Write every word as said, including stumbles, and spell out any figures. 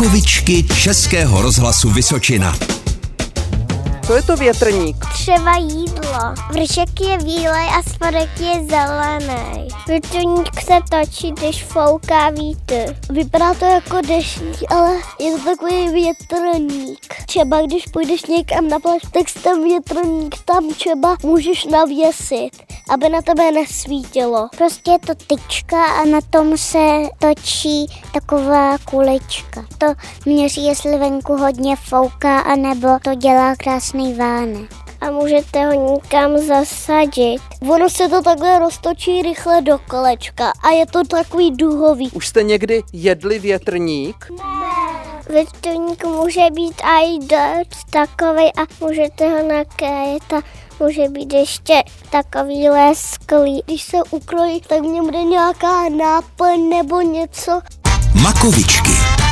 Makovičky Českého rozhlasu Vysočina. Co je to větrník? Třeba jídlo. Vršek je bílej a spodek je zelený. Větrník se točí, když fouká vítr. Vypadá to jako deštník, ale je to takový větrník. Třeba když půjdeš někam na pláž, tak si ten větrník tam třeba můžeš navěsit, aby na tebe nesvítilo. Prostě je to tyčka a na tom se točí taková kulička. To měří, jestli venku hodně fouká, anebo to dělá krásný vánek. A můžete ho nikam zasadit. Ono se to takhle roztočí rychle do kolečka a je to takový duhový. Už jste někdy jedli větrník? Ne. Větrník může být i dost takovej a můžete ho nakrájet a může být ještě takový lesklý. Když se ukrojí, tak v něm bude nějaká náplň nebo něco. Makovičky.